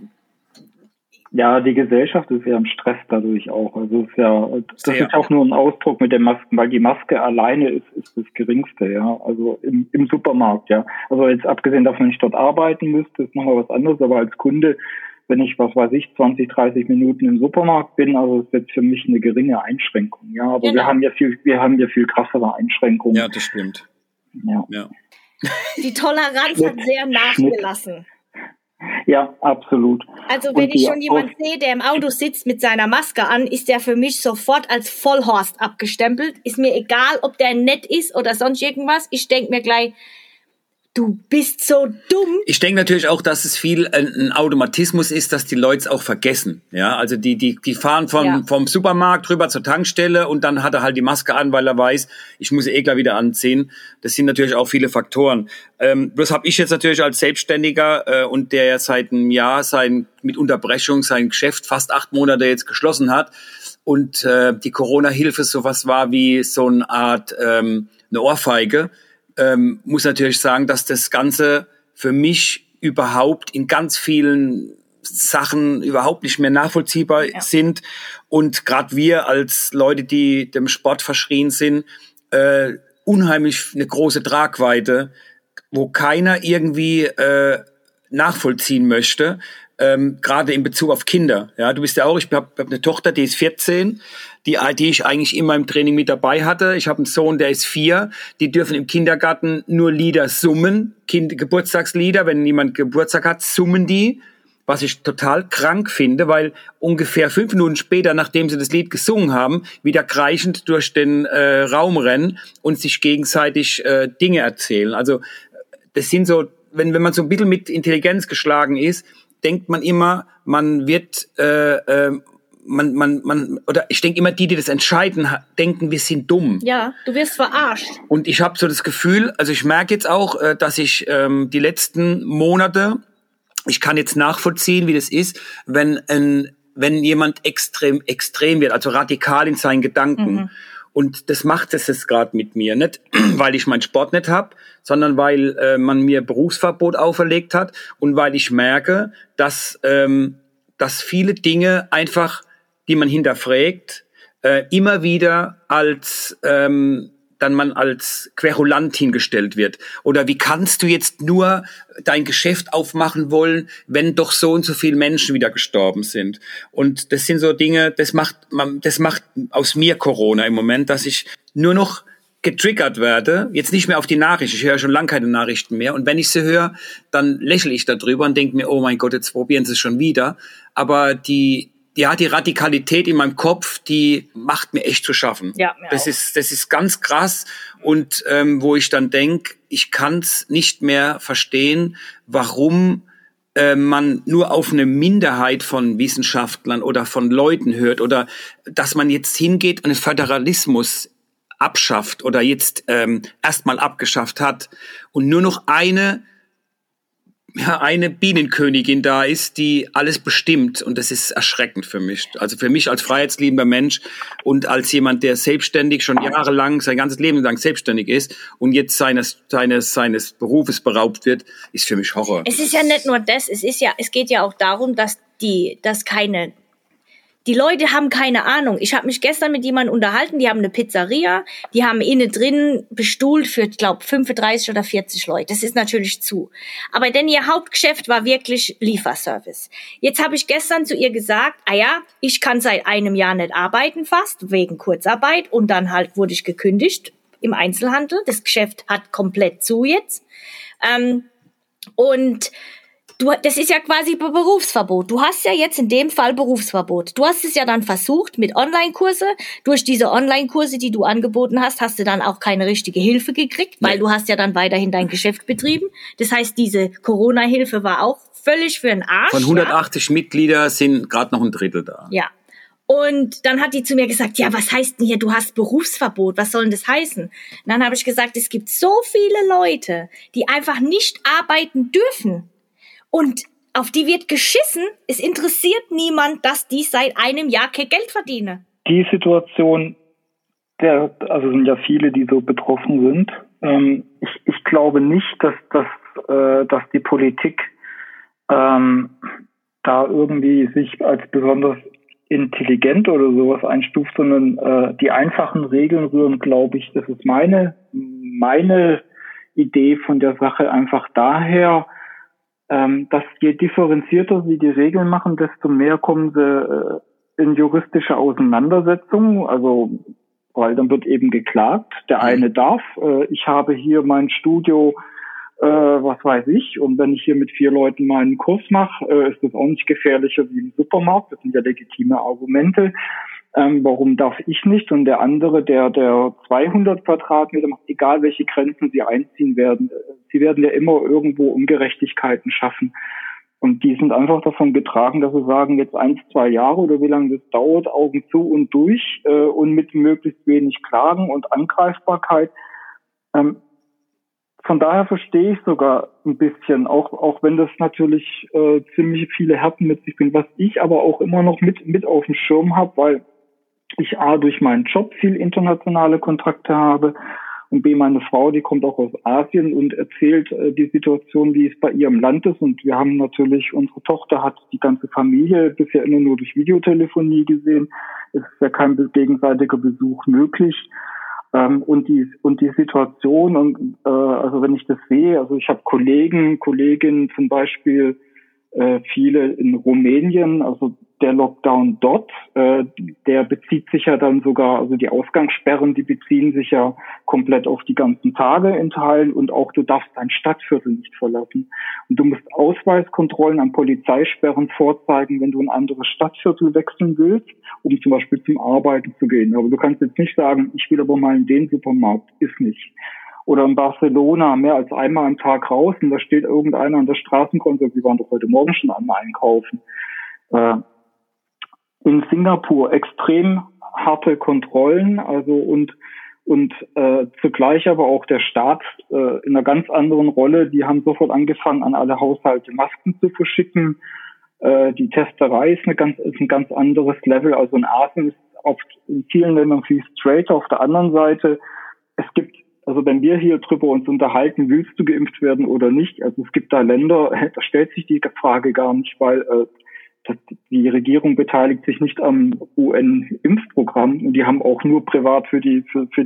Ja, die Gesellschaft ist ja im Stress dadurch auch. Also das ist auch nur ein Ausdruck mit den Masken, weil die Maske alleine ist das Geringste, ja. Also im Supermarkt, ja. Also jetzt abgesehen davon, wenn ich dort arbeiten müsste, ist nochmal was anderes, aber als Kunde, wenn ich, 20, 30 Minuten im Supermarkt bin, also ist jetzt für mich eine geringe Einschränkung, ja. Aber genau. wir haben ja viel krassere Einschränkungen. Ja, das stimmt. Ja. Die Toleranz hat sehr nachgelassen. Ja, absolut. Also wenn ich schon jemanden sehe, der im Auto sitzt mit seiner Maske an, ist der für mich sofort als Vollhorst abgestempelt. Ist mir egal, ob der nett ist oder sonst irgendwas. Ich denke mir gleich, du bist so dumm. Ich denke natürlich auch, dass es viel ein Automatismus ist, dass die Leute es auch vergessen. Ja, also die fahren vom Supermarkt rüber zur Tankstelle und dann hat er halt die Maske an, weil er weiß, ich muss sie gleich wieder anziehen. Das sind natürlich auch viele Faktoren. Bloß habe ich jetzt natürlich als Selbstständiger und der ja seit einem Jahr mit Unterbrechung sein Geschäft fast 8 Monate jetzt geschlossen hat und die Corona-Hilfe sowas war wie so eine Art eine Ohrfeige. Muss natürlich sagen, dass das Ganze für mich überhaupt in ganz vielen Sachen überhaupt nicht mehr nachvollziehbar sind. Und gerade wir als Leute, die dem Sport verschrien sind, unheimlich eine große Tragweite, wo keiner irgendwie nachvollziehen möchte. gerade in Bezug auf Kinder. Ja, du bist ja auch, ich hab eine Tochter, die ist 14, die ich eigentlich immer im Training mit dabei hatte. Ich habe einen Sohn, der ist 4. Die dürfen im Kindergarten nur Lieder summen, Geburtstagslieder. Wenn jemand Geburtstag hat, summen die. Was ich total krank finde, weil ungefähr 5 Minuten später, nachdem sie das Lied gesungen haben, wieder kreischend durch den Raum rennen und sich gegenseitig Dinge erzählen. Also das sind so, wenn man so ein bisschen mit Intelligenz geschlagen ist, denkt man immer, man wird, oder ich denke immer, die das entscheiden, denken, wir sind dumm. Ja, du wirst verarscht. Und ich habe so das Gefühl, also ich merke jetzt auch, dass ich die letzten Monate, ich kann jetzt nachvollziehen, wie das ist, wenn jemand extrem wird, also radikal in seinen Gedanken. Mhm. Und das macht es jetzt gerade mit mir. Nicht, weil ich meinen Sport nicht habe, sondern weil man mir Berufsverbot auferlegt hat und weil ich merke, dass viele Dinge einfach, die man hinterfragt, immer wieder als dann man als Querulant hingestellt wird. Oder wie kannst du jetzt nur dein Geschäft aufmachen wollen, wenn doch so und so viele Menschen wieder gestorben sind? Und das sind so Dinge, das macht aus mir Corona im Moment, dass ich nur noch getriggert werde, jetzt nicht mehr auf die Nachricht, ich höre schon lange keine Nachrichten mehr, und wenn ich sie höre, dann lächle ich darüber und denke mir, oh mein Gott, jetzt probieren sie es schon wieder. Aber die Radikalität in meinem Kopf, die macht mir echt zu schaffen. Ja, das ist ganz krass. Und wo ich dann denke, ich kann es nicht mehr verstehen, warum man nur auf eine Minderheit von Wissenschaftlern oder von Leuten hört, oder dass man jetzt hingeht und einen Föderalismus abschafft oder jetzt erstmal abgeschafft hat und nur noch eine Bienenkönigin da ist, die alles bestimmt, und das ist erschreckend für mich. Also für mich als freiheitsliebender Mensch und als jemand, der selbstständig schon jahrelang, sein ganzes Leben lang selbstständig ist und jetzt seines Berufes beraubt wird, ist für mich Horror. Es ist ja nicht nur das, es geht ja auch darum, dass die Leute haben keine Ahnung. Ich habe mich gestern mit jemandem unterhalten, die haben eine Pizzeria, die haben innen drin bestuhlt für, ich glaube, 35 oder 40 Leute. Das ist natürlich zu. Aber denn ihr Hauptgeschäft war wirklich Lieferservice. Jetzt habe ich gestern zu ihr gesagt, ich kann seit einem Jahr nicht arbeiten fast, wegen Kurzarbeit, und dann halt wurde ich gekündigt im Einzelhandel. Das Geschäft hat komplett zu jetzt. Und das ist ja quasi Berufsverbot. Du hast ja jetzt in dem Fall Berufsverbot. Du hast es ja dann versucht mit Online-Kurse. Durch diese Online-Kurse, die du angeboten hast, hast du dann auch keine richtige Hilfe gekriegt, weil du hast ja dann weiterhin dein Geschäft betrieben. Das heißt, diese Corona-Hilfe war auch völlig für den Arsch. Von 180 Mitglieder sind gerade noch ein Drittel da. Ja. Und dann hat die zu mir gesagt, ja, was heißt denn hier, du hast Berufsverbot, was soll denn das heißen? Und dann habe ich gesagt, es gibt so viele Leute, die einfach nicht arbeiten dürfen. Und auf die wird geschissen. Es interessiert niemand, dass die seit einem Jahr kein Geld verdienen. Die Situation, also sind ja viele, die so betroffen sind. Ich glaube nicht, dass die Politik da irgendwie sich als besonders intelligent oder sowas einstuft, sondern die einfachen Regeln rühren, glaube ich, das ist meine Idee von der Sache, einfach daher, dass je differenzierter sie die Regeln machen, desto mehr kommen sie in juristische Auseinandersetzungen, also weil dann wird eben geklagt, der eine darf, ich habe hier mein Studio, was weiß ich, und wenn ich hier mit 4 Leuten meinen Kurs mache, ist das auch nicht gefährlicher wie im Supermarkt, das sind ja legitime Argumente. Warum darf ich nicht? Und der andere, der 200 Quadratmeter macht, egal welche Grenzen sie einziehen werden, sie werden ja immer irgendwo Ungerechtigkeiten schaffen. Und die sind einfach davon getragen, dass sie sagen, jetzt 1-2 Jahre oder wie lange das dauert, Augen zu und durch und mit möglichst wenig Klagen und Angreifbarkeit. Von daher verstehe ich sogar ein bisschen, auch wenn das natürlich ziemlich viele Härten mit sich bringt, was ich aber auch immer noch mit auf dem Schirm habe, weil ich A, durch meinen Job viel internationale Kontakte habe und B, meine Frau, die kommt auch aus Asien und erzählt die Situation, wie es bei ihr im Land ist. Und wir haben natürlich, unsere Tochter hat die ganze Familie bisher immer nur durch Videotelefonie gesehen. Es ist ja kein gegenseitiger Besuch möglich. Und die Situation, und also wenn ich das sehe, also ich habe Kolleginnen zum Beispiel, viele in Rumänien, also der Lockdown dort, der bezieht sich ja dann sogar, also die Ausgangssperren, die beziehen sich ja komplett auf die ganzen Tage in Teilen und auch du darfst dein Stadtviertel nicht verlassen. Und du musst Ausweiskontrollen an Polizeisperren vorzeigen, wenn du ein anderes Stadtviertel wechseln willst, um zum Beispiel zum Arbeiten zu gehen. Aber du kannst jetzt nicht sagen, ich will aber mal in den Supermarkt, ist nicht. Oder in Barcelona mehr als einmal am Tag raus und da steht irgendeiner an der Straßenkonsole, wir waren doch heute Morgen schon einmal einkaufen. In Singapur extrem harte Kontrollen, also und zugleich aber auch der Staat in einer ganz anderen Rolle. Die haben sofort angefangen, an alle Haushalte Masken zu verschicken. Die Testerei ist ein ganz anderes Level. Also in Asien ist oft in vielen Ländern viel straighter. Auf der anderen Seite, also wenn wir hier drüber uns unterhalten, willst du geimpft werden oder nicht? Also es gibt da Länder, da stellt sich die Frage gar nicht, weil die Regierung beteiligt sich nicht am UN-Impfprogramm und die haben auch nur privat für die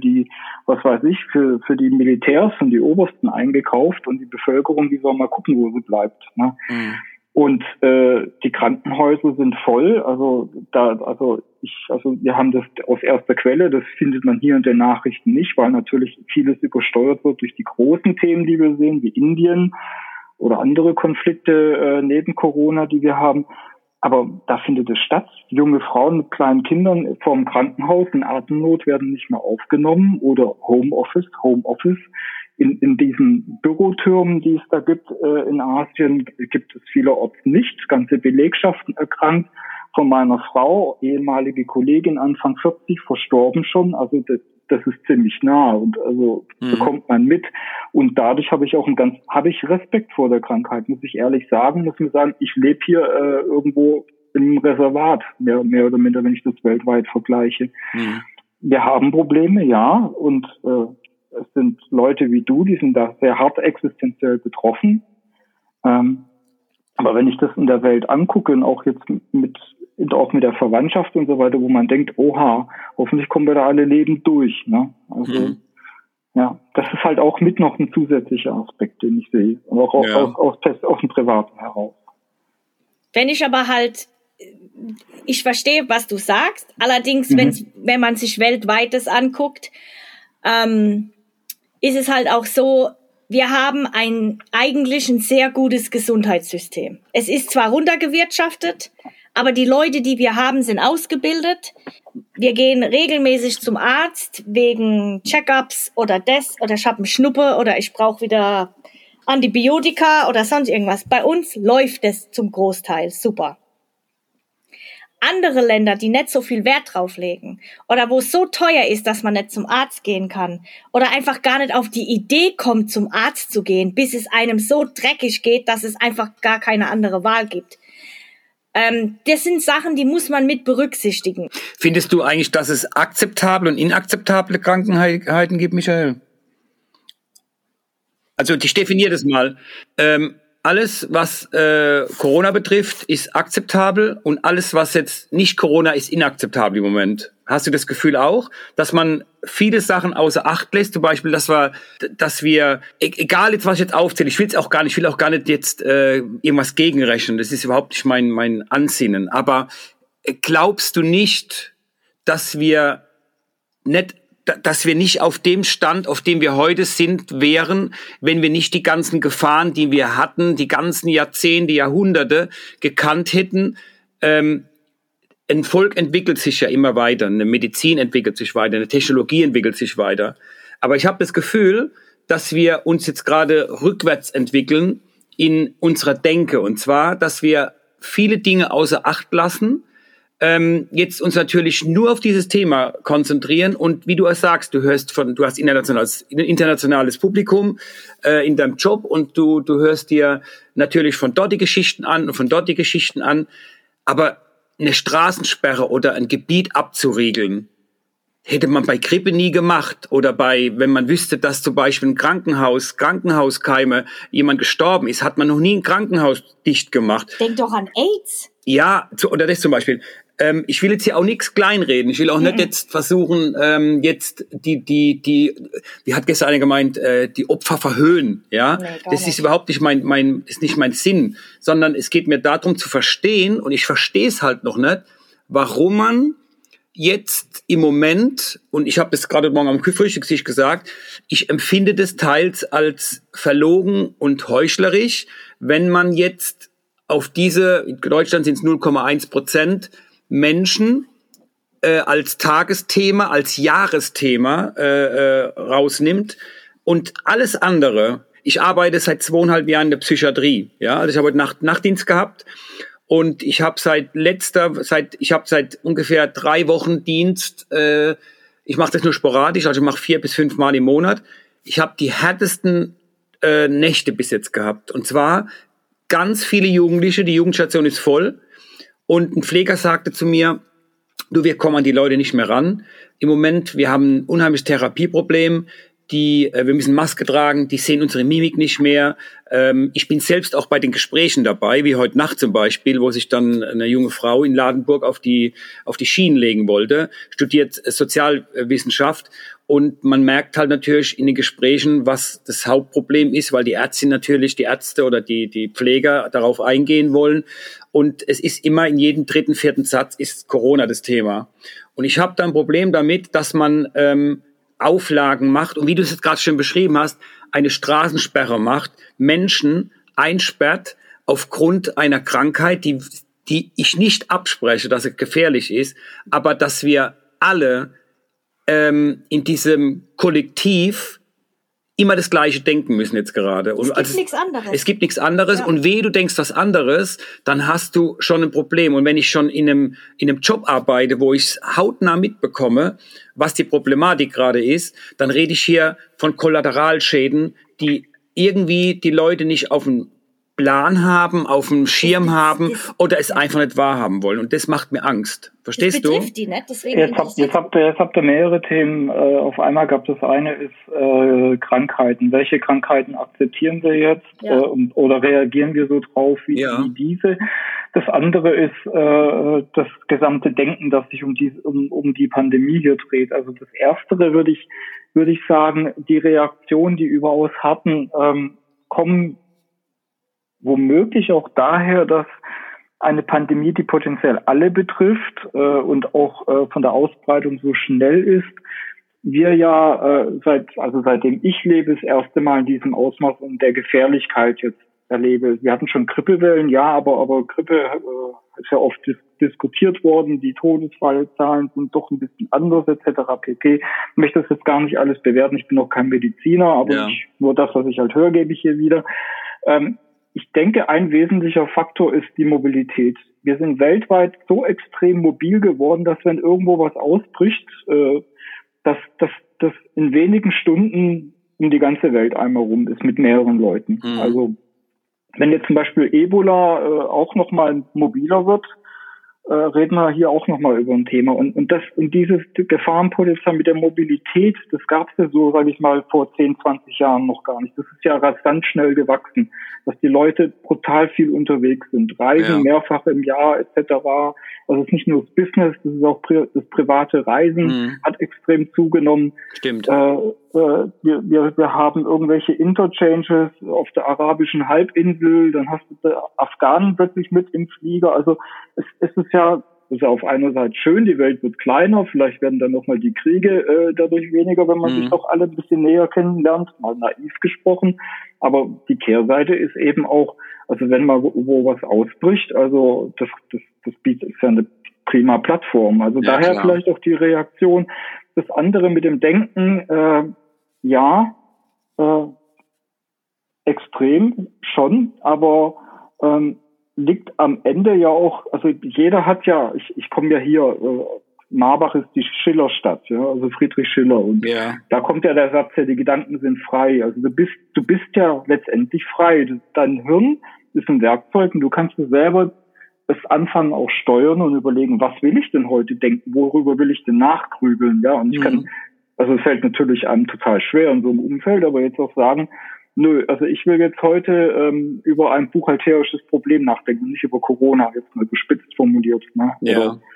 Militärs und die Obersten eingekauft und die Bevölkerung, die soll mal gucken, wo sie bleibt. Ne? Mhm. Und die Krankenhäuser sind voll, wir haben das aus erster Quelle, das findet man hier in den Nachrichten nicht, weil natürlich vieles übersteuert wird durch die großen Themen, die wir sehen, wie Indien oder andere Konflikte neben Corona, die wir haben. Aber da findet es statt. Junge Frauen mit kleinen Kindern vorm Krankenhaus in Atemnot werden nicht mehr aufgenommen oder Homeoffice. In diesen Bürotürmen, die es da gibt in Asien, gibt es vielerorts nicht. Ganze Belegschaften erkrankt. Von meiner Frau, ehemalige Kollegin, Anfang 40, verstorben schon. Also das ist ziemlich nah und also bekommt man mit. Und dadurch habe ich Respekt vor der Krankheit, muss ich ehrlich sagen. Muss mir sagen, ich lebe hier irgendwo im Reservat, mehr oder minder, wenn ich das weltweit vergleiche. Mhm. Wir haben Probleme, ja, und es sind Leute wie du, die sind da sehr hart existenziell betroffen. Aber wenn ich das in der Welt angucke und auch jetzt mit der Verwandtschaft und so weiter, wo man denkt, oha, hoffentlich kommen wir da alle lebend durch. Ne? Also ja, das ist halt auch mit noch ein zusätzlicher Aspekt, den ich sehe. Und auch aus dem Privaten heraus. Wenn ich aber halt, ich verstehe, was du sagst, allerdings, wenn man sich weltweit das anguckt, ist es halt auch so, wir haben eigentlich ein sehr gutes Gesundheitssystem. Es ist zwar runtergewirtschaftet, aber die Leute, die wir haben, sind ausgebildet. Wir gehen regelmäßig zum Arzt wegen Check-ups oder ich habe einen Schnuppe oder ich brauche wieder Antibiotika oder sonst irgendwas. Bei uns läuft es zum Großteil super. Andere Länder, die nicht so viel Wert drauf legen oder wo es so teuer ist, dass man nicht zum Arzt gehen kann oder einfach gar nicht auf die Idee kommt, zum Arzt zu gehen, bis es einem so dreckig geht, dass es einfach gar keine andere Wahl gibt. Das sind Sachen, die muss man mit berücksichtigen. Findest du eigentlich, dass es akzeptable und inakzeptable Krankheiten gibt, Michael? Also ich definiere das mal. Alles, was Corona betrifft, ist akzeptabel und alles, was jetzt nicht Corona, ist inakzeptabel im Moment. Hast du das Gefühl auch, dass man viele Sachen außer Acht lässt? Zum Beispiel, dass wir, egal jetzt, was ich jetzt aufzähle, ich will auch gar nicht jetzt irgendwas gegenrechnen. Das ist überhaupt nicht mein Ansinnen. Aber glaubst du nicht, dass wir nicht auf dem Stand, auf dem wir heute sind, wären, wenn wir nicht die ganzen Gefahren, die wir hatten, die ganzen Jahrzehnte, Jahrhunderte gekannt hätten? Ein Volk entwickelt sich ja immer weiter, eine Medizin entwickelt sich weiter, eine Technologie entwickelt sich weiter. Aber ich habe das Gefühl, dass wir uns jetzt gerade rückwärts entwickeln in unserer Denke. Und zwar, dass wir viele Dinge außer Acht lassen, jetzt uns natürlich nur auf dieses Thema konzentrieren und wie du es sagst, du hast internationales Publikum in deinem Job und du hörst dir natürlich von dort die Geschichten an und von dort die Geschichten an, aber eine Straßensperre oder ein Gebiet abzuriegeln, hätte man bei Grippe nie gemacht oder wenn man wüsste, dass zum Beispiel ein Krankenhauskeime jemand gestorben ist, hat man noch nie ein Krankenhaus dicht gemacht. Denk doch an AIDS. Ja, oder das zum Beispiel. ich will jetzt hier auch nichts kleinreden. Ich will auch nicht jetzt versuchen, jetzt wie hat gestern einer gemeint, die Opfer verhöhnen, ja. Nee, das ist überhaupt nicht ist nicht mein Sinn, sondern es geht mir darum zu verstehen, und ich verstehe es halt noch nicht, warum man jetzt im Moment, und ich habe das gerade morgen am Frühstückstisch gesagt, ich empfinde das teils als verlogen und heuchlerisch, wenn man jetzt auf diese, in Deutschland sind es 0,1% Menschen als Tagesthema, als Jahresthema rausnimmt und alles andere. Ich arbeite seit 2,5 Jahren in der Psychiatrie, ja, also ich habe heute Nachtdienst gehabt. Und ich habe seit ungefähr 3 Wochen Dienst, ich mache das nur sporadisch, also ich mache 4 bis 5 Mal im Monat. Ich habe die härtesten Nächte bis jetzt gehabt. Und zwar ganz viele Jugendliche, die Jugendstation ist voll. Und ein Pfleger sagte zu mir, du, wir kommen an die Leute nicht mehr ran. Im Moment, wir haben ein unheimliches Therapieproblem. Wir müssen Maske tragen, die sehen unsere Mimik nicht mehr. Ich bin selbst auch bei den Gesprächen dabei, wie heute Nacht zum Beispiel, wo sich dann eine junge Frau in Ladenburg auf die Schienen legen wollte, studiert Sozialwissenschaft. Und man merkt halt natürlich in den Gesprächen, was das Hauptproblem ist, weil die Ärzte oder die Pfleger darauf eingehen wollen. Und es ist immer in jedem 3., 4. Satz ist Corona das Thema. Und ich habe da ein Problem damit, dass man Auflagen macht und wie du es jetzt gerade schon beschrieben hast, eine Straßensperre macht, Menschen einsperrt aufgrund einer Krankheit, die ich nicht abspreche, dass sie gefährlich ist, aber dass wir alle in diesem Kollektiv immer das Gleiche denken müssen jetzt gerade. Es gibt nichts anderes. Es gibt nichts anderes. Ja. Und wehe, du denkst was anderes, dann hast du schon ein Problem. Und wenn ich schon in einem Job arbeite, wo ich es hautnah mitbekomme, was die Problematik gerade ist, dann rede ich hier von Kollateralschäden, die irgendwie die Leute nicht auf dem Plan haben, auf dem Schirm haben oder es einfach nicht wahrhaben wollen. Und das macht mir Angst. Verstehst du? Das betrifft die nicht. Deswegen jetzt habt ihr mehrere Themen. Auf einmal gab das eine ist Krankheiten. Welche Krankheiten akzeptieren wir jetzt? Ja. Oder reagieren wir so drauf wie diese? Das andere ist das gesamte Denken, das sich um die Pandemie hier dreht. Also das Erstere würde ich sagen, die Reaktionen, die überaus hatten, kommen womöglich auch daher, dass eine Pandemie, die potenziell alle betrifft und auch von der Ausbreitung so schnell ist, wir ja seitdem ich lebe, das erste Mal in diesem Ausmaß und der Gefährlichkeit jetzt erlebe. Wir hatten schon Grippewellen, ja, aber Grippe ist ja oft diskutiert worden, die Todesfallzahlen sind doch ein bisschen anders etc. pp. Ich möchte das jetzt gar nicht alles bewerten, ich bin noch kein Mediziner, aber nur das, was ich halt höre, gebe ich hier wieder. Ich denke, ein wesentlicher Faktor ist die Mobilität. Wir sind weltweit so extrem mobil geworden, dass wenn irgendwo was ausbricht, dass in wenigen Stunden um die ganze Welt einmal rum ist mit mehreren Leuten. Mhm. Also wenn jetzt zum Beispiel Ebola auch nochmal mobiler wird, reden wir hier auch nochmal über ein Thema. Und dieses Gefahrenpotenzial mit der Mobilität, das gab es ja so, sage ich mal, vor 10, 20 Jahren noch gar nicht. Das ist ja rasant schnell gewachsen, dass die Leute brutal viel unterwegs sind, reisen mehrfach im Jahr etc. Also es ist nicht nur das Business, das ist auch das private Reisen hat extrem zugenommen. Stimmt. Wir haben irgendwelche Interchanges auf der arabischen Halbinsel, dann hast du Afghanen plötzlich mit im Flieger. Also es ist ja auf einer Seite schön, die Welt wird kleiner, vielleicht werden dann nochmal die Kriege dadurch weniger, wenn man sich doch alle ein bisschen näher kennenlernt, mal naiv gesprochen. Aber die Kehrseite ist eben auch, also wenn mal wo was ausbricht, also das bietet ja eine prima Plattform. Also daher klar. Vielleicht auch die Reaktion. Das andere mit dem Denken, extrem schon, aber liegt am Ende ja auch, also jeder hat ja, ich komme ja hier, Marbach ist die Schillerstadt, ja, also Friedrich Schiller, und da kommt ja der Satz, ja, die Gedanken sind frei, also du bist ja letztendlich frei, dein Hirn ist ein Werkzeug und du kannst es selber das anfangen auch steuern und überlegen, was will ich denn heute denken, worüber will ich denn nachgrübeln, ja, und ich kann, also es fällt natürlich einem total schwer in so einem Umfeld, aber jetzt auch sagen, nö, also ich will jetzt heute über ein buchhalterisches Problem nachdenken, nicht über Corona, jetzt mal gespitzt formuliert, ne? Ja.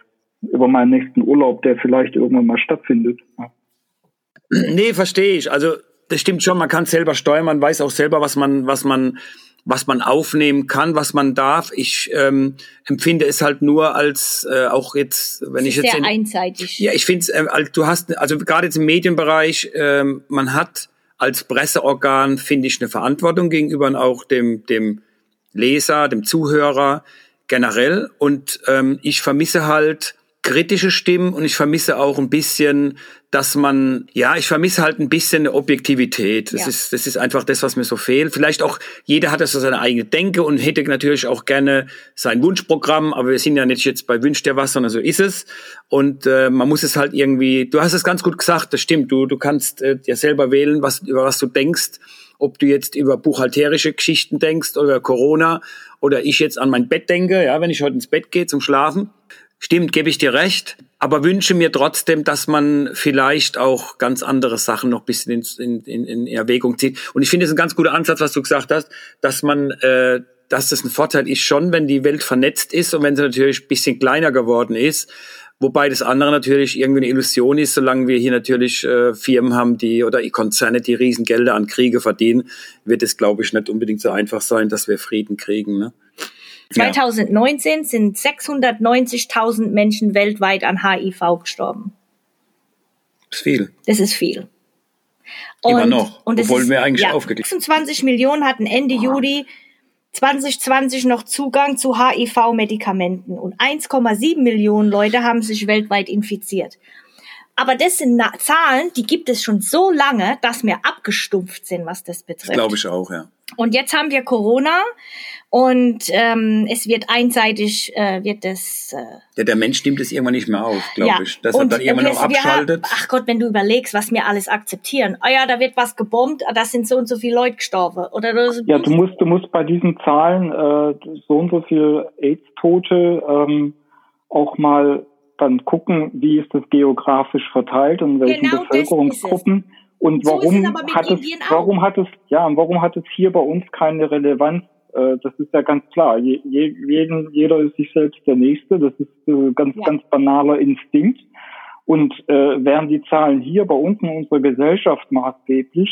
über meinen nächsten Urlaub, der vielleicht irgendwann mal stattfindet. Ja. Nee, verstehe ich. Also das stimmt schon, man kann es selber steuern, man weiß auch selber, was man aufnehmen kann, was man darf. Ich empfinde es halt nur als auch jetzt, wenn ich jetzt sehr einseitig. Ja, ich finde es, du hast, also gerade jetzt im Medienbereich, man hat als Presseorgan, finde ich, eine Verantwortung gegenüber auch dem Leser, dem Zuhörer generell. Und ich vermisse halt kritische Stimmen und ich vermisse auch ein bisschen, ich vermisse halt ein bisschen eine Objektivität. Das ist einfach das, was mir so fehlt. Vielleicht auch, jeder hat so seine eigene Denke und hätte natürlich auch gerne sein Wunschprogramm, aber wir sind ja nicht jetzt bei Wünsch dir was, sondern so ist es. Und man muss es halt irgendwie, du hast es ganz gut gesagt, das stimmt, du kannst dir selber wählen, über was du denkst, ob du jetzt über buchhalterische Geschichten denkst oder Corona oder ich jetzt an mein Bett denke, ja, wenn ich heute ins Bett gehe zum Schlafen. Stimmt, gebe ich dir recht, aber wünsche mir trotzdem, dass man vielleicht auch ganz andere Sachen noch ein bisschen in Erwägung zieht. Und ich finde es ein ganz guter Ansatz, was du gesagt hast, dass das ein Vorteil ist schon, wenn die Welt vernetzt ist und wenn sie natürlich ein bisschen kleiner geworden ist. Wobei das andere natürlich irgendwie eine Illusion ist, solange wir hier natürlich Firmen haben, oder Konzerne, die Riesengelder an Kriege verdienen, wird es, glaube ich, nicht unbedingt so einfach sein, dass wir Frieden kriegen, ne? 2019 sind 690.000 Menschen weltweit an HIV gestorben. Das ist viel. Das ist viel. Immer noch, obwohl wir eigentlich aufgeklärt. 26 Millionen hatten Ende Juli 2020 noch Zugang zu HIV-Medikamenten und 1,7 Millionen Leute haben sich weltweit infiziert. Aber das sind Zahlen, die gibt es schon so lange, dass wir abgestumpft sind, was das betrifft. Das glaube ich auch, ja. Und jetzt haben wir Corona und es wird einseitig, der Mensch nimmt es irgendwann nicht mehr auf, glaube ich. Dass er dann irgendwann noch abschaltet. Ach Gott, wenn du überlegst, was wir alles akzeptieren. Oh ja, da wird was gebombt, da sind so und so viele Leute gestorben. Ja, du musst bei diesen Zahlen so und so viele AIDS-Tote auch mal dann gucken, wie ist das geografisch verteilt und in welchen Bevölkerungsgruppen. Und warum hat es hier bei uns keine Relevanz? Das ist ja ganz klar. Jeder ist sich selbst der Nächste. Das ist ganz banaler Instinkt. Und wären die Zahlen hier bei uns in unserer Gesellschaft maßgeblich,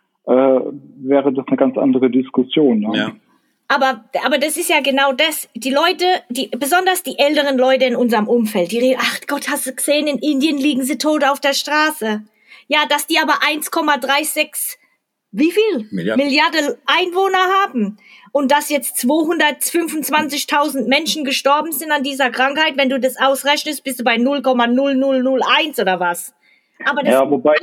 wäre das eine ganz andere Diskussion. Ne? Ja. Aber das ist ja genau das. Die Leute, besonders die älteren Leute in unserem Umfeld, die reden, ach Gott, hast du gesehen, in Indien liegen sie tot auf der Straße. Ja, dass die aber 1,36, wie viel? Milliarden Einwohner haben. Und dass jetzt 225.000 Menschen gestorben sind an dieser Krankheit. Wenn du das ausrechnest, bist du bei 0,0001 oder was. Aber das wobei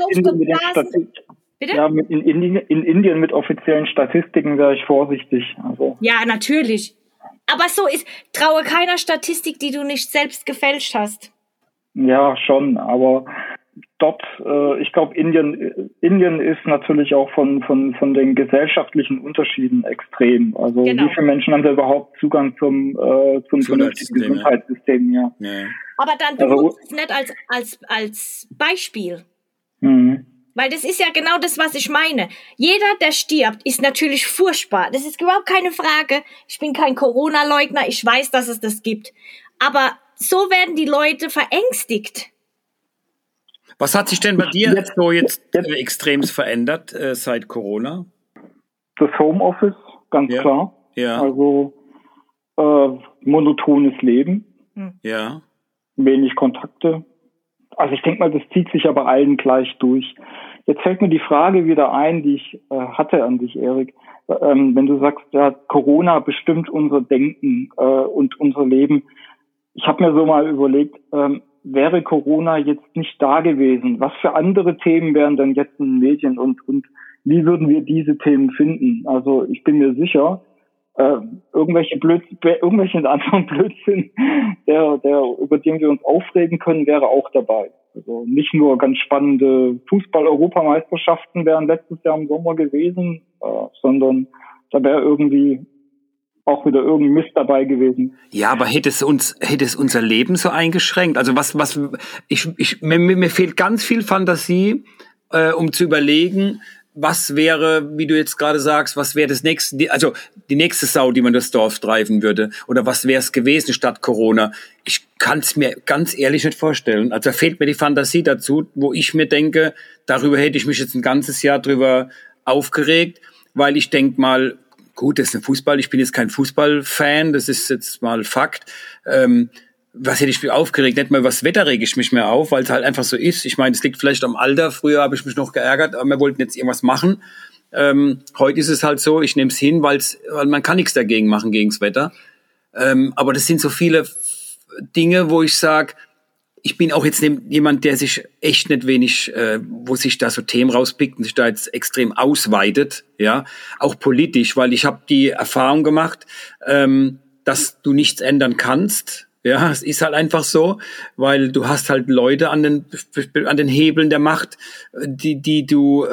in Indien mit offiziellen Statistiken wäre ich vorsichtig. Also. Ja, natürlich. Aber traue keiner Statistik, die du nicht selbst gefälscht hast. Ja, schon, aber dort, ich glaube, Indien ist natürlich auch von den gesellschaftlichen Unterschieden extrem. Also Wie viele Menschen haben da überhaupt Zugang zum vernünftigen Gesundheitssystem? Ja. Aber dann benutzt es nicht als Beispiel. Mhm. Weil das ist ja genau das, was ich meine. Jeder, der stirbt, ist natürlich furchtbar. Das ist überhaupt keine Frage. Ich bin kein Corona-Leugner. Ich weiß, dass es das gibt. Aber so werden die Leute verängstigt. Was hat sich denn bei dir jetzt extremst verändert seit Corona? Das Homeoffice, ganz klar. Ja. Also monotones Leben. Ja. Wenig Kontakte. Also ich denke mal, das zieht sich aber allen gleich durch. Jetzt fällt mir die Frage wieder ein, die ich hatte an dich, Erik. Wenn du sagst, ja, Corona bestimmt unser Denken und unser Leben. Ich habe mir so mal überlegt, wäre Corona jetzt nicht da gewesen, was für andere Themen wären denn jetzt in den Medien und wie würden wir diese Themen finden? Also ich bin mir sicher, irgendwelchen anderen Blödsinn, über den wir uns aufregen können, wäre auch dabei. Also nicht nur ganz spannende Fußball-Europameisterschaften wären letztes Jahr im Sommer gewesen, sondern da wäre irgendwie auch wieder irgendein Mist dabei gewesen. Ja, aber hätte es unser Leben so eingeschränkt? Also mir fehlt ganz viel Fantasie, um zu überlegen, was wäre, wie du jetzt gerade sagst, was wäre das nächste, also die nächste Sau, die man das Dorf treiben würde? Oder was wäre es gewesen statt Corona? Ich kann es mir ganz ehrlich nicht vorstellen. Also da fehlt mir die Fantasie dazu, wo ich mir denke, darüber hätte ich mich jetzt ein ganzes Jahr drüber aufgeregt, weil ich denke mal, gut, das ist ein Fußball, ich bin jetzt kein Fußballfan, das ist jetzt mal Fakt. Was hätte ich mich aufgeregt? Nicht mal über das Wetter rege ich mich mehr auf, weil es halt einfach so ist. Ich meine, es liegt vielleicht am Alter. Früher habe ich mich noch geärgert, aber wir wollten jetzt irgendwas machen. Heute ist es halt so, ich nehme es hin, weil man kann nichts dagegen machen, gegen das Wetter. Aber das sind so viele Dinge, wo ich sage, ich bin auch jetzt jemand, der sich echt nicht wenig, wo sich da so Themen rauspickt und sich da jetzt extrem ausweitet, ja, auch politisch, weil ich habe die Erfahrung gemacht, dass du nichts ändern kannst. Ja, es ist halt einfach so, weil du hast halt Leute an den Hebeln der Macht, die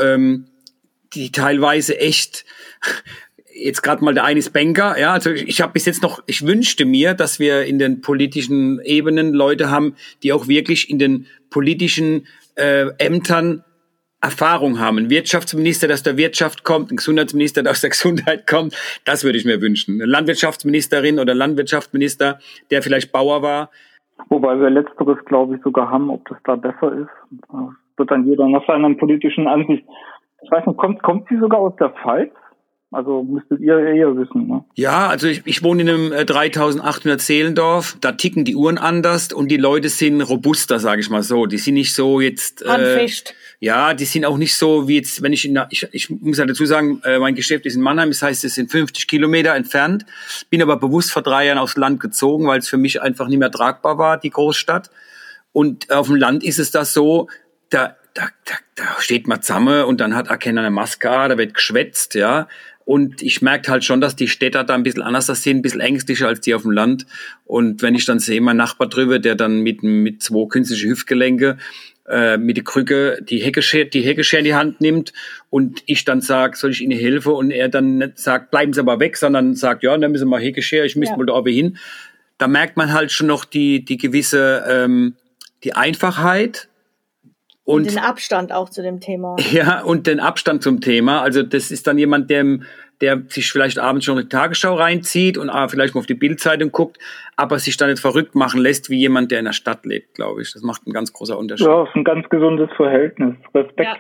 teilweise echt, jetzt gerade mal der eine ist Banker, ja, also ich habe bis jetzt noch, ich wünschte mir, dass wir in den politischen Ebenen Leute haben, die auch wirklich in den politischen Ämtern Erfahrung haben. Ein Wirtschaftsminister, der aus der Wirtschaft kommt, ein Gesundheitsminister, der aus der Gesundheit kommt, das würde ich mir wünschen. Eine Landwirtschaftsministerin oder Landwirtschaftsminister, der vielleicht Bauer war. Wobei wir Letzteres, glaube ich, sogar haben, ob das da besser ist. Das wird dann jeder nach seiner politischen Ansicht. Ich weiß nicht, kommt sie sogar aus der Pfalz? Also müsstet ihr eher wissen, ne? Ja, also ich wohne in einem 3800 Seelendorf, da ticken die Uhren anders und die Leute sind robuster, sage ich mal so. Die sind nicht so jetzt... handfest. Ja, die sind auch nicht so wie jetzt, wenn ich muss halt dazu sagen, mein Geschäft ist in Mannheim, das heißt, es sind 50 Kilometer entfernt. Bin aber bewusst vor 3 Jahren aufs Land gezogen, weil es für mich einfach nicht mehr tragbar war, die Großstadt. Und auf dem Land ist es das so, da steht man zusammen und dann hat auch keiner eine Maske, da wird geschwätzt, ja. Und ich merke halt schon, dass die Städter da ein bisschen anders sind, ein bisschen ängstlicher als die auf dem Land. Und wenn ich dann sehe, mein Nachbar drüber, der dann mit 2 künstlichen Hüftgelenke mit der Krücke die Heckeschere in die Hand nimmt und ich dann sage, soll ich Ihnen helfen? Und er dann nicht sagt, bleiben Sie aber weg, sondern sagt, ja, dann müssen wir mal Heckeschere, ich müsste mal da oben hin. Da merkt man halt schon noch die gewisse, die Einfachheit. Und den Abstand auch zu dem Thema. Ja, und den Abstand zum Thema. Also das ist dann jemand, der sich vielleicht abends schon eine Tagesschau reinzieht und vielleicht mal auf die Bildzeitung guckt, aber sich dann nicht verrückt machen lässt, wie jemand, der in der Stadt lebt, glaube ich. Das macht einen ganz großer Unterschied. Ja, es ist ein ganz gesundes Verhältnis. Respekt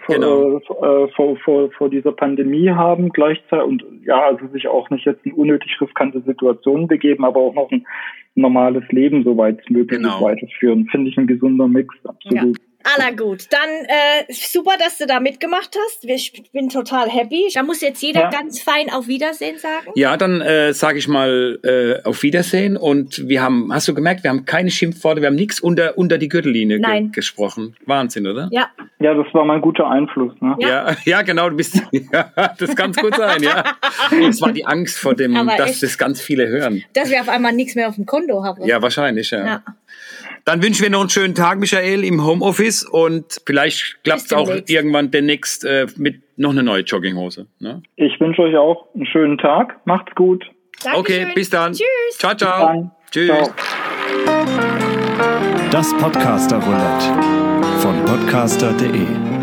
vor dieser Pandemie haben gleichzeitig und ja, also sich auch nicht jetzt in unnötig riskante Situationen begeben, aber auch noch ein normales Leben, soweit es möglich ist, weiterführen. Finde ich ein gesunder Mix, absolut. Ja. Aller gut. Dann super, dass du da mitgemacht hast. Ich bin total happy. Da muss jetzt jeder ganz fein auf Wiedersehen sagen. Ja, dann sage ich mal auf Wiedersehen. Und wir haben, hast du gemerkt, wir haben keine Schimpfworte, wir haben nichts unter die Gürtellinie gesprochen. Wahnsinn, oder? Ja. Ja, das war mein guter Einfluss, ne? Ja, genau, du bist, ja, das kann gut sein, ja. Es war die Angst vor dem, dass das ganz viele hören. Dass wir auf einmal nichts mehr auf dem Konto haben. Ja, wahrscheinlich, ja. Dann wünschen wir noch einen schönen Tag, Michael, im Homeoffice und vielleicht klappt es auch irgendwann demnächst mit noch eine neue Jogginghose. Ne? Ich wünsche euch auch einen schönen Tag. Macht's gut. Dankeschön. Okay, bis dann. Tschüss. Ciao, ciao. Tschüss. Ciao. Das Podcaster Roulette von podcaster.de